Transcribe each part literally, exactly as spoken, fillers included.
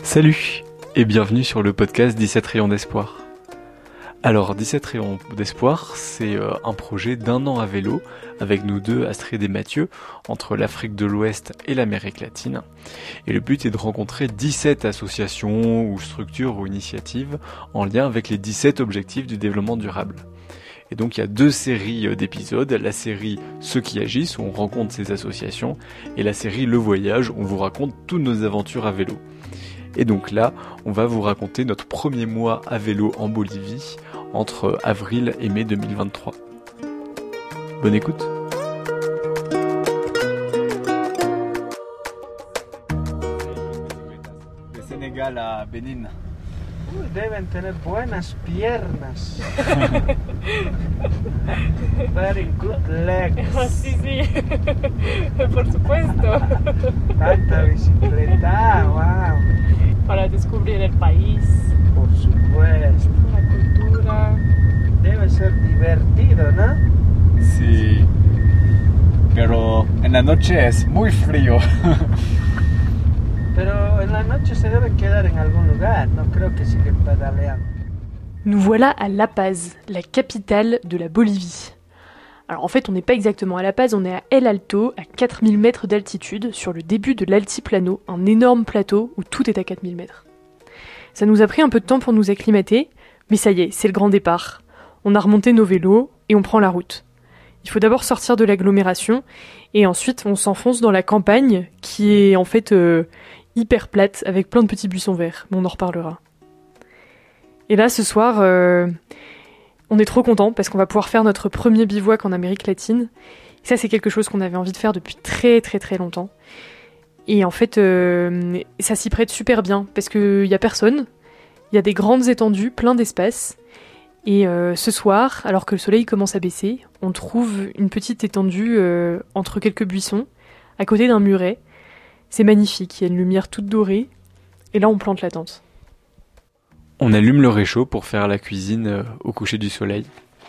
Salut et bienvenue sur le podcast dix-sept rayons d'espoir. Alors dix-sept rayons d'espoir, c'est euh, un projet d'un an à vélo avec nous deux, Astrid et Mathieu, entre l'Afrique de l'Ouest et l'Amérique latine. Et le but est de rencontrer dix-sept associations ou structures ou initiatives en lien avec les dix-sept objectifs du développement durable. Et donc il y a deux séries d'épisodes, la série Ceux qui agissent, où on rencontre ces associations, et la série Le Voyage, où on vous raconte toutes nos aventures à vélo. Et donc là, on va vous raconter notre premier mois à vélo en Bolivie, entre avril et mai deux mille vingt-trois. Bonne écoute. De Sénégal à Bénin. Uy, deben tener buenas piernas. Very good legs. Sí, sí, por supuesto. Tanta bicicleta, wow. Para descubrir el país, Por supuesto. la cultura. Debe ser divertido, ¿no? Sí. Pero en la noche es muy frío. Pero en la noche se debe quedar en algún lugar. No creo que siga pedaleando. Nous voilà à La Paz, la capitale de la Bolivie. Alors en fait, on n'est pas exactement à La Paz, on est à El Alto, à quatre mille mètres d'altitude, sur le début de l'Altiplano, un énorme plateau où tout est à quatre mille mètres. Ça nous a pris un peu de temps pour nous acclimater, mais ça y est, c'est le grand départ. On a remonté nos vélos et on prend la route. Il faut d'abord sortir de l'agglomération, et ensuite on s'enfonce dans la campagne, qui est en fait euh, hyper plate, avec plein de petits buissons verts, mais on en reparlera. Et là, ce soir... Euh, On est trop contents parce qu'on va pouvoir faire notre premier bivouac en Amérique latine. Et ça, c'est quelque chose qu'on avait envie de faire depuis très très très longtemps. Et en fait, euh, ça s'y prête super bien parce qu'il y a personne, il y a des grandes étendues, plein d'espace. Et euh, ce soir, alors que le soleil commence à baisser, on trouve une petite étendue euh, entre quelques buissons, à côté d'un muret. C'est magnifique, il y a une lumière toute dorée. Et là, on plante la tente. On allume le réchaud pour faire la cuisine euh, au coucher du soleil.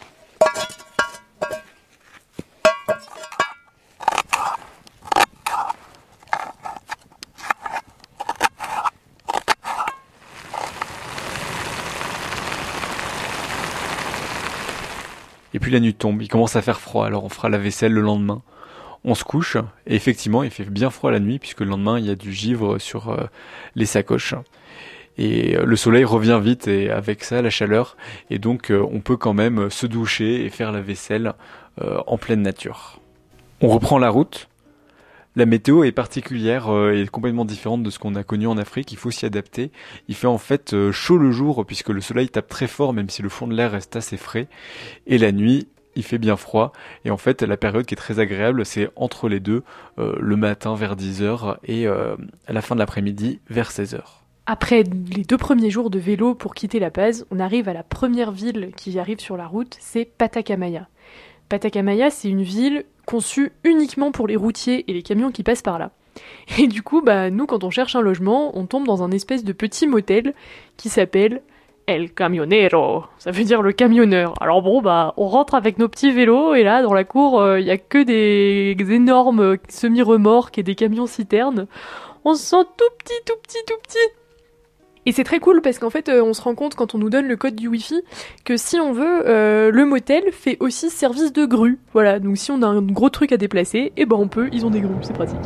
Et puis la nuit tombe, il commence à faire froid, alors on fera la vaisselle le lendemain. On se couche, et effectivement il fait bien froid la nuit, puisque le lendemain il y a du givre sur euh, les sacoches. Et le soleil revient vite et avec ça la chaleur, et donc euh, on peut quand même se doucher et faire la vaisselle euh, en pleine nature. On reprend la route. La météo est particulière euh, et complètement différente de ce qu'on a connu en Afrique, il faut s'y adapter. Il fait en fait euh, chaud le jour puisque le soleil tape très fort même si le fond de l'air reste assez frais, et la nuit il fait bien froid, et en fait la période qui est très agréable c'est entre les deux, euh, le matin vers dix heures et euh, à la fin de l'après-midi vers seize heures. Après les deux premiers jours de vélo pour quitter La Paz, on arrive à la première ville qui arrive sur la route, c'est Patacamaya. Patacamaya, c'est une ville conçue uniquement pour les routiers et les camions qui passent par là. Et du coup, bah, nous, quand on cherche un logement, on tombe dans un espèce de petit motel qui s'appelle El Camionero. Ça veut dire le camionneur. Alors bon, bah, on rentre avec nos petits vélos, et là, dans la cour, il euh, y a que des énormes semi-remorques et des camions-citernes. On se sent tout petit, tout petit, tout petit. Et c'est très cool parce qu'en fait, euh, on se rend compte quand on nous donne le code du Wi-Fi que si on veut, euh, le motel fait aussi service de grue. Voilà, donc si on a un gros truc à déplacer, et ben on peut, ils ont des grues, c'est pratique.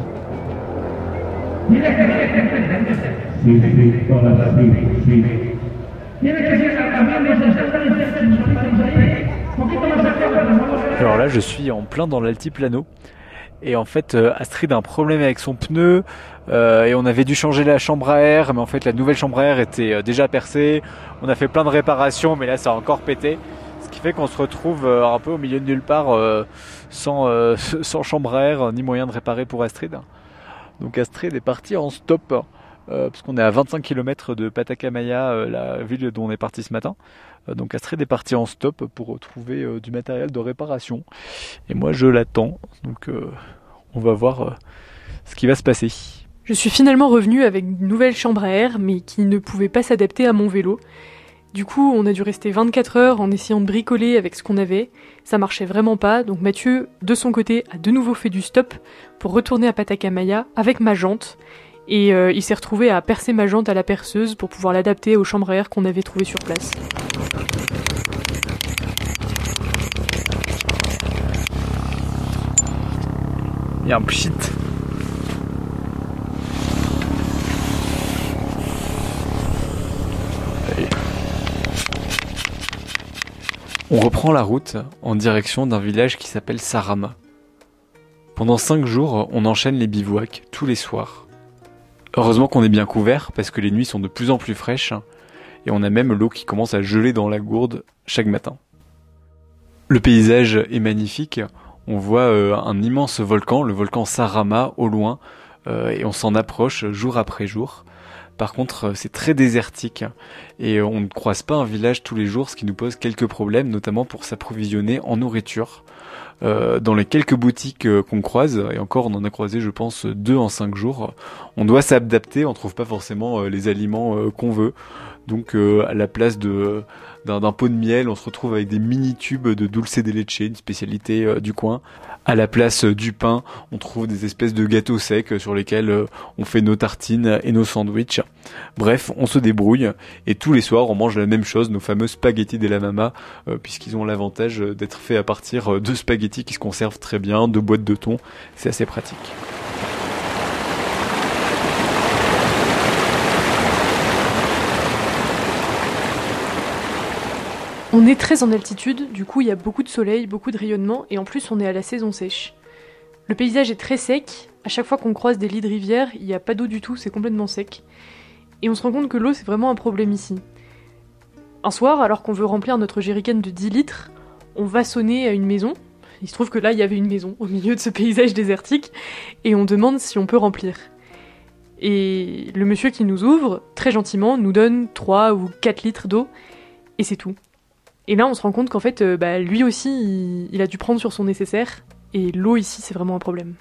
Alors là je suis en plein dans l'altiplano. Et en fait, euh, Astrid a un problème avec son pneu, euh, et on avait dû changer la chambre à air, mais en fait la nouvelle chambre à air était euh, déjà percée. On a fait plein de réparations, mais là ça a encore pété. Ce qui fait qu'on se retrouve euh, un peu au milieu de nulle part, euh, sans, euh, sans chambre à air, ni moyen de réparer pour Astrid. Donc Astrid est partie en stop, euh, parce qu'on est à vingt-cinq kilomètres de Patacamaya, euh, la ville dont on est parti ce matin. Euh, donc Astrid est partie en stop pour trouver euh, du matériel de réparation. Et moi je l'attends, donc euh, on va voir euh, ce qui va se passer. Je suis finalement revenue avec une nouvelle chambre à air, mais qui ne pouvait pas s'adapter à mon vélo. Du coup, on a dû rester vingt-quatre heures en essayant de bricoler avec ce qu'on avait. Ça marchait vraiment pas, donc Mathieu, de son côté, a de nouveau fait du stop pour retourner à Patacamaya avec ma jante. Et euh, il s'est retrouvé à percer ma jante à la perceuse pour pouvoir l'adapter aux chambres à air qu'on avait trouvées sur place. Il y a un pchit. Allez. On reprend la route en direction d'un village qui s'appelle Sarama. Pendant cinq jours, on enchaîne les bivouacs tous les soirs. Heureusement qu'on est bien couvert parce que les nuits sont de plus en plus fraîches et on a même l'eau qui commence à geler dans la gourde chaque matin. Le paysage est magnifique. On voit euh, un immense volcan, le volcan Sarama, au loin, euh, et on s'en approche jour après jour. Par contre, c'est très désertique et on ne croise pas un village tous les jours, ce qui nous pose quelques problèmes, notamment pour s'approvisionner en nourriture. Euh, dans les quelques boutiques euh, qu'on croise, et encore on en a croisé je pense deux en cinq jours, on doit s'adapter, on trouve pas forcément euh, les aliments euh, qu'on veut. Donc euh, à la place de, d'un, d'un pot de miel, on se retrouve avec des mini-tubes de dulce de leche, une spécialité euh, du coin. À la place euh, du pain, on trouve des espèces de gâteaux secs sur lesquels euh, on fait nos tartines et nos sandwichs. Bref, on se débrouille et tous les soirs on mange la même chose, nos fameux spaghettis della mamma, euh, puisqu'ils ont l'avantage d'être faits à partir de spaghettis qui se conservent très bien, de boîtes de thon. C'est assez pratique. On est très en altitude, du coup il y a beaucoup de soleil, beaucoup de rayonnement, et en plus on est à la saison sèche. Le paysage est très sec, à chaque fois qu'on croise des lits de rivière, il n'y a pas d'eau du tout, c'est complètement sec. Et on se rend compte que l'eau c'est vraiment un problème ici. Un soir, alors qu'on veut remplir notre jerrycan de dix litres, on va sonner à une maison. Il se trouve que là il y avait une maison au milieu de ce paysage désertique, et on demande si on peut remplir. Et le monsieur qui nous ouvre, très gentiment, nous donne trois ou quatre litres d'eau, et c'est tout. Et là, on se rend compte qu'en fait, euh, bah, lui aussi, il, il a dû prendre sur son nécessaire. Et l'eau ici, c'est vraiment un problème.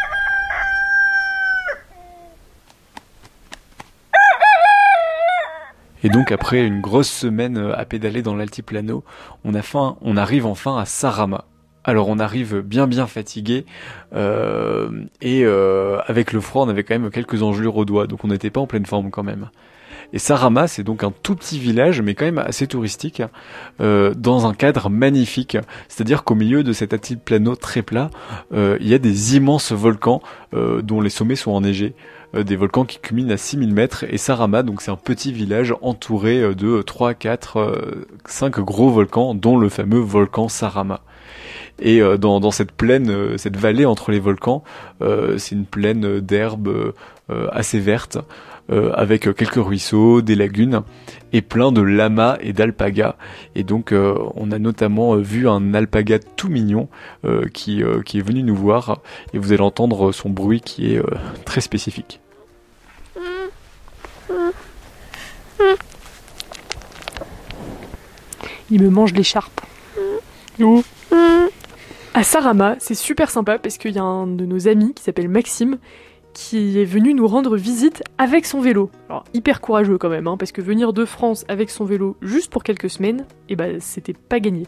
Et donc, après une grosse semaine à pédaler dans l'altiplano, on, a fin, on arrive enfin à Sarama. Alors, on arrive bien bien fatigué. Euh, et euh, avec le froid, on avait quand même quelques engelures aux doigts. Donc, on n'était pas en pleine forme quand même. Et Sarama, c'est donc un tout petit village, mais quand même assez touristique, euh, dans un cadre magnifique. C'est-à-dire qu'au milieu de cet altiplano très plat, euh, il y a des immenses volcans euh, dont les sommets sont enneigés. Euh, des volcans qui culminent à six mille mètres. Et Sarama, donc c'est un petit village entouré de trois, quatre, cinq gros volcans, dont le fameux volcan Sarama. Et euh, dans, dans cette plaine, euh, cette vallée entre les volcans, euh, c'est une plaine d'herbes euh, assez verte, Euh, avec quelques ruisseaux, des lagunes et plein de lamas et d'alpagas. Et donc euh, on a notamment euh, vu un alpaga tout mignon euh, qui, euh, qui est venu nous voir et vous allez entendre son bruit qui est euh, très spécifique. Il me mange l'écharpe. Oh. À Sarama, c'est super sympa parce qu'il y a un de nos amis qui s'appelle Maxime qui est venu nous rendre visite avec son vélo. Alors, hyper courageux quand même, hein, parce que venir de France avec son vélo juste pour quelques semaines, eh ben, c'était pas gagné.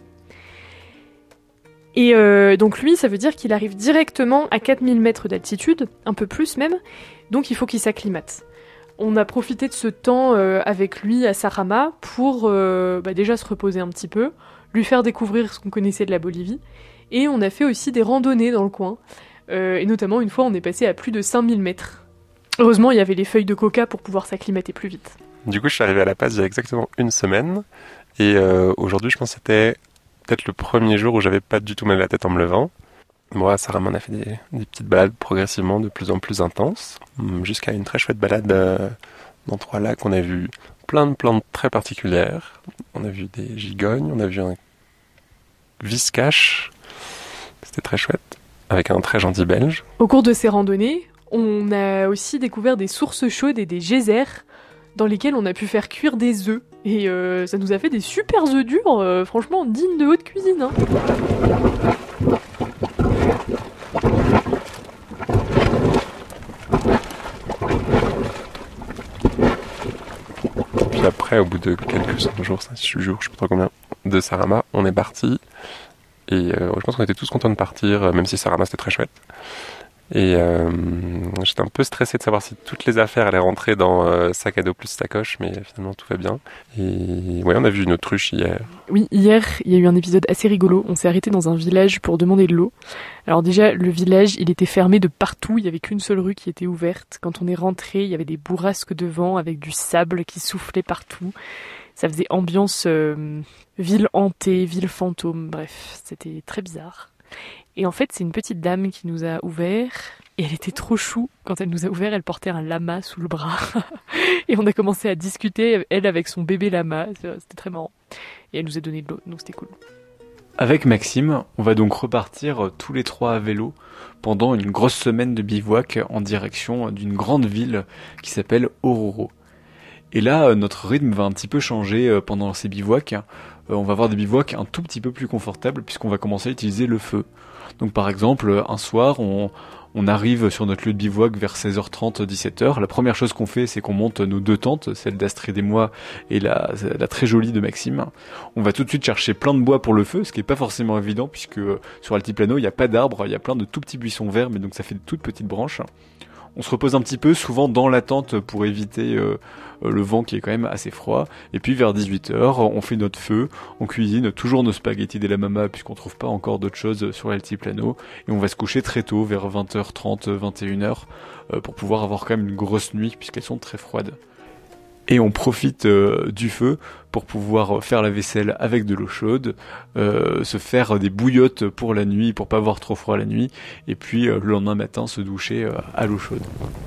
Et euh, donc lui, ça veut dire qu'il arrive directement à quatre mille mètres d'altitude, un peu plus même, donc il faut qu'il s'acclimate. On a profité de ce temps euh, avec lui à Sarama pour euh, bah, déjà se reposer un petit peu, lui faire découvrir ce qu'on connaissait de la Bolivie, et on a fait aussi des randonnées dans le coin. Euh, et notamment, une fois, on est passé à plus de cinq mille mètres. Heureusement, il y avait les feuilles de coca pour pouvoir s'acclimater plus vite. Du coup, je suis arrivé à La Paz il y a exactement une semaine. Et euh, aujourd'hui, je pense que c'était peut-être le premier jour où j'avais pas du tout mal à la tête en me levant. Moi, Sarah m'en a fait des, des petites balades progressivement de plus en plus intenses, jusqu'à une très chouette balade euh, dans trois lacs. On a vu plein de plantes très particulières. On a vu des gigognes, on a vu un viscache. C'était très chouette. Avec un très gentil Belge. Au cours de ces randonnées, on a aussi découvert des sources chaudes et des geysers dans lesquels on a pu faire cuire des œufs. Et euh, ça nous a fait des super œufs durs, euh, franchement dignes de haute cuisine. Hein. Puis après, au bout de quelques jours, cinq jours, je sais pas trop combien, de Sarama, on est parti. Et euh, je pense qu'on était tous contents de partir, même si Sarama c'était très chouette. Et euh, j'étais un peu stressé de savoir si toutes les affaires allaient rentrer dans euh, sac à dos plus sacoche, mais finalement tout va bien. Et ouais, on a vu une autruche hier. Oui, hier, il y a eu un épisode assez rigolo. On s'est arrêté dans un village pour demander de l'eau. Alors déjà, le village, il était fermé de partout. Il y avait qu'une seule rue qui était ouverte. Quand on est rentré, il y avait des bourrasques de vent avec du sable qui soufflait partout. Ça faisait ambiance euh, ville hantée, ville fantôme. Bref, c'était très bizarre. Et en fait, c'est une petite dame qui nous a ouvert. Et elle était trop chou. Quand elle nous a ouvert, elle portait un lama sous le bras. Et on a commencé à discuter, elle avec son bébé lama. C'était très marrant. Et elle nous a donné de l'eau, donc c'était cool. Avec Maxime, on va donc repartir tous les trois à vélo pendant une grosse semaine de bivouac en direction d'une grande ville qui s'appelle Oruro. Et là, notre rythme va un petit peu changer pendant ces bivouacs. On va avoir des bivouacs un tout petit peu plus confortables puisqu'on va commencer à utiliser le feu. Donc par exemple, un soir, on, on arrive sur notre lieu de bivouac vers seize heures trente, dix-sept heures. La première chose qu'on fait, c'est qu'on monte nos deux tentes, celle d'Astrid et moi et la, la très jolie de Maxime. On va tout de suite chercher plein de bois pour le feu, ce qui est pas forcément évident puisque sur Altiplano, il n'y a pas d'arbres, il y a plein de tout petits buissons verts, mais donc ça fait de toutes petites branches. On se repose un petit peu, souvent dans la tente pour éviter euh, le vent qui est quand même assez froid. Et puis vers dix-huit heures, on fait notre feu, on cuisine toujours nos spaghettis della mamma puisqu'on trouve pas encore d'autres choses sur l'altiplano. Et on va se coucher très tôt, vers vingt heures trente, vingt et une heures, euh, pour pouvoir avoir quand même une grosse nuit puisqu'elles sont très froides. Et on profite euh, du feu pour pouvoir faire la vaisselle avec de l'eau chaude, euh, se faire des bouillottes pour la nuit, pour pas avoir trop froid la nuit, et puis euh, le lendemain matin se doucher euh, à l'eau chaude.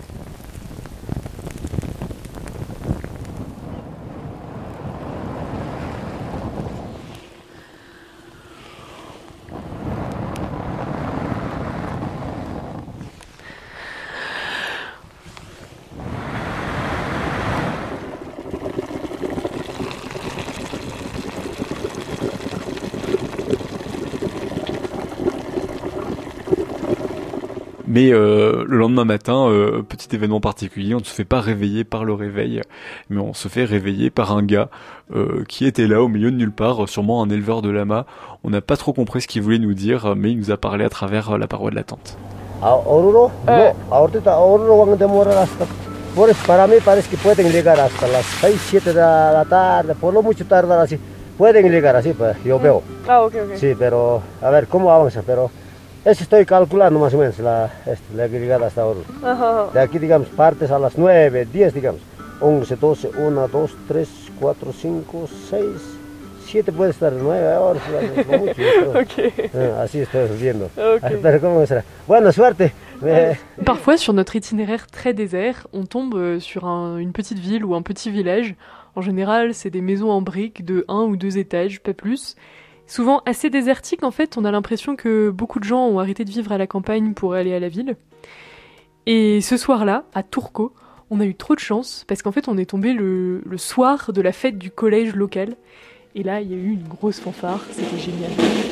Mais euh, le lendemain matin, euh, petit événement particulier, on ne se fait pas réveiller par le réveil, mais on se fait réveiller par un gars euh, qui était là au milieu de nulle part, sûrement un éleveur de lamas. On n'a pas trop compris ce qu'il voulait nous dire, mais il nous a parlé à travers la paroi de la tente. A Oruro, no, ahorita a Oruro van a demorar hasta, por eso para mí parece que pueden llegar hasta las seis, siete de la tarde, por lo mucho tardar así, pueden llegar así, pues yo veo. Ah, ok, ok. Sí, pero a ver cómo avanza, pero eso estoy calculando más o menos la, este, la llegada hasta Oruro. Ajá. De aquí, digamos, partes a las nueve, diez, digamos, once, doce, uno, dos, tres, cuatro, cinco, seis, siete puede estar nueve horas, no mucho, pero, Ok. eh, así estoy viendo. Ok. Pero cómo será. Bueno, suerte. Mais... Parfois, sur notre itinéraire très désert, on tombe sur un, une petite ville ou un petit village. En général, c'est des maisons en briques de un ou deux étages, pas plus. Souvent assez désertiques, en fait, on a l'impression que beaucoup de gens ont arrêté de vivre à la campagne pour aller à la ville. Et ce soir-là, à Turco, on a eu trop de chance, parce qu'en fait, on est tombé le, le soir de la fête du collège local. Et là, il y a eu une grosse fanfare, c'était génial.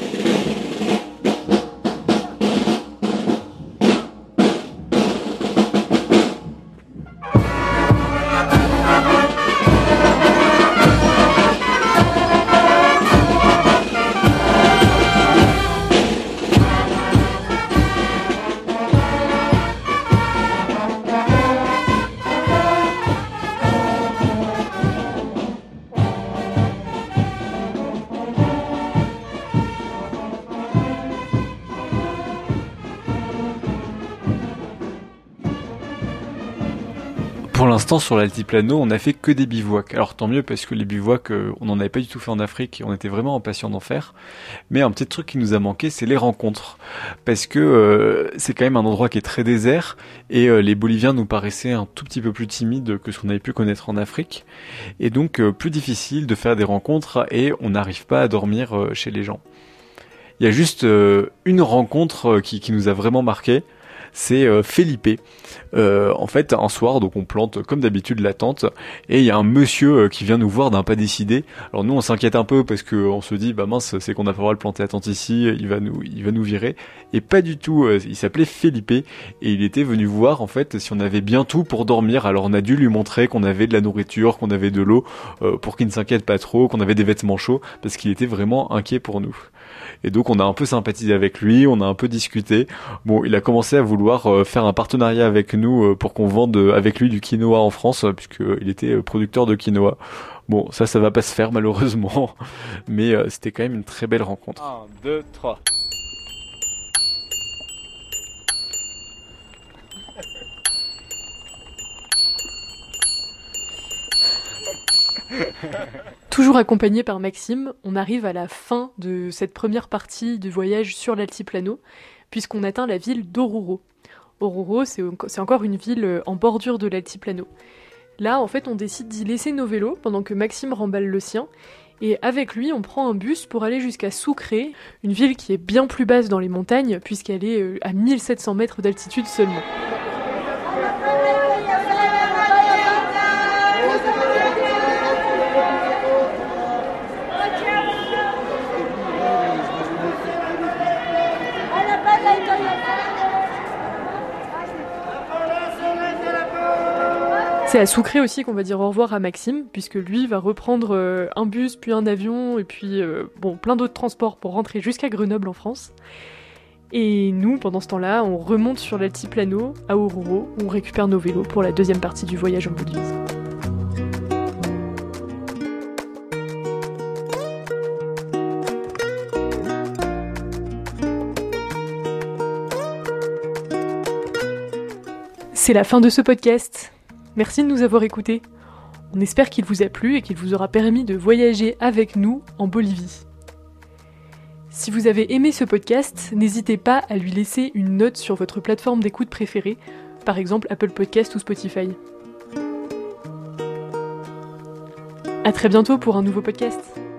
Pour l'instant, sur l'altiplano, on n'a fait que des bivouacs. Alors tant mieux, parce que les bivouacs, euh, on n'en avait pas du tout fait en Afrique, et on était vraiment impatients d'en faire. Mais un petit truc qui nous a manqué, c'est les rencontres. Parce que euh, c'est quand même un endroit qui est très désert, et euh, les Boliviens nous paraissaient un tout petit peu plus timides que ce qu'on avait pu connaître en Afrique. Et donc euh, plus difficile de faire des rencontres, et on n'arrive pas à dormir euh, chez les gens. Il y a juste euh, une rencontre qui, qui nous a vraiment marqué. C'est euh, Felipe. Euh, en fait, un soir, donc on plante comme d'habitude la tente, et il y a un monsieur euh, qui vient nous voir d'un pas décidé. Alors nous, on s'inquiète un peu parce que on se dit, bah mince, c'est qu'on n'a pas le droit de planter la tente ici, il va nous, il va nous virer. Et pas du tout. Euh, il s'appelait Felipe et il était venu voir en fait si on avait bien tout pour dormir. Alors on a dû lui montrer qu'on avait de la nourriture, qu'on avait de l'eau, euh, pour qu'il ne s'inquiète pas trop, qu'on avait des vêtements chauds, parce qu'il était vraiment inquiet pour nous. Et donc on a un peu sympathisé avec lui, on a un peu discuté. Bon, il a commencé à vouloir vouloir euh, faire un partenariat avec nous euh, pour qu'on vende euh, avec lui du quinoa en France, euh, puisqu'il était euh, producteur de quinoa. Bon, ça, ça va pas se faire malheureusement, mais euh, c'était quand même une très belle rencontre. un, deux, trois. Toujours accompagné par Maxime, on arrive à la fin de cette première partie du voyage sur l'altiplano, puisqu'on atteint la ville d'Oruro. Oruro, c'est, c'est encore une ville en bordure de l'altiplano. Là, en fait, on décide d'y laisser nos vélos pendant que Maxime remballe le sien, et avec lui, on prend un bus pour aller jusqu'à Sucre, une ville qui est bien plus basse dans les montagnes, puisqu'elle est à mille sept cents mètres d'altitude seulement. C'est à Sucre aussi qu'on va dire au revoir à Maxime, puisque lui va reprendre euh, un bus, puis un avion, et puis euh, bon, plein d'autres transports pour rentrer jusqu'à Grenoble en France. Et nous, pendant ce temps-là, on remonte sur l'altiplano à Oruro, où on récupère nos vélos pour la deuxième partie du voyage en Bolivie. C'est la fin de ce podcast. Merci de nous avoir écoutés. On espère qu'il vous a plu et qu'il vous aura permis de voyager avec nous en Bolivie. Si vous avez aimé ce podcast, n'hésitez pas à lui laisser une note sur votre plateforme d'écoute préférée, par exemple Apple Podcast ou Spotify. À très bientôt pour un nouveau podcast.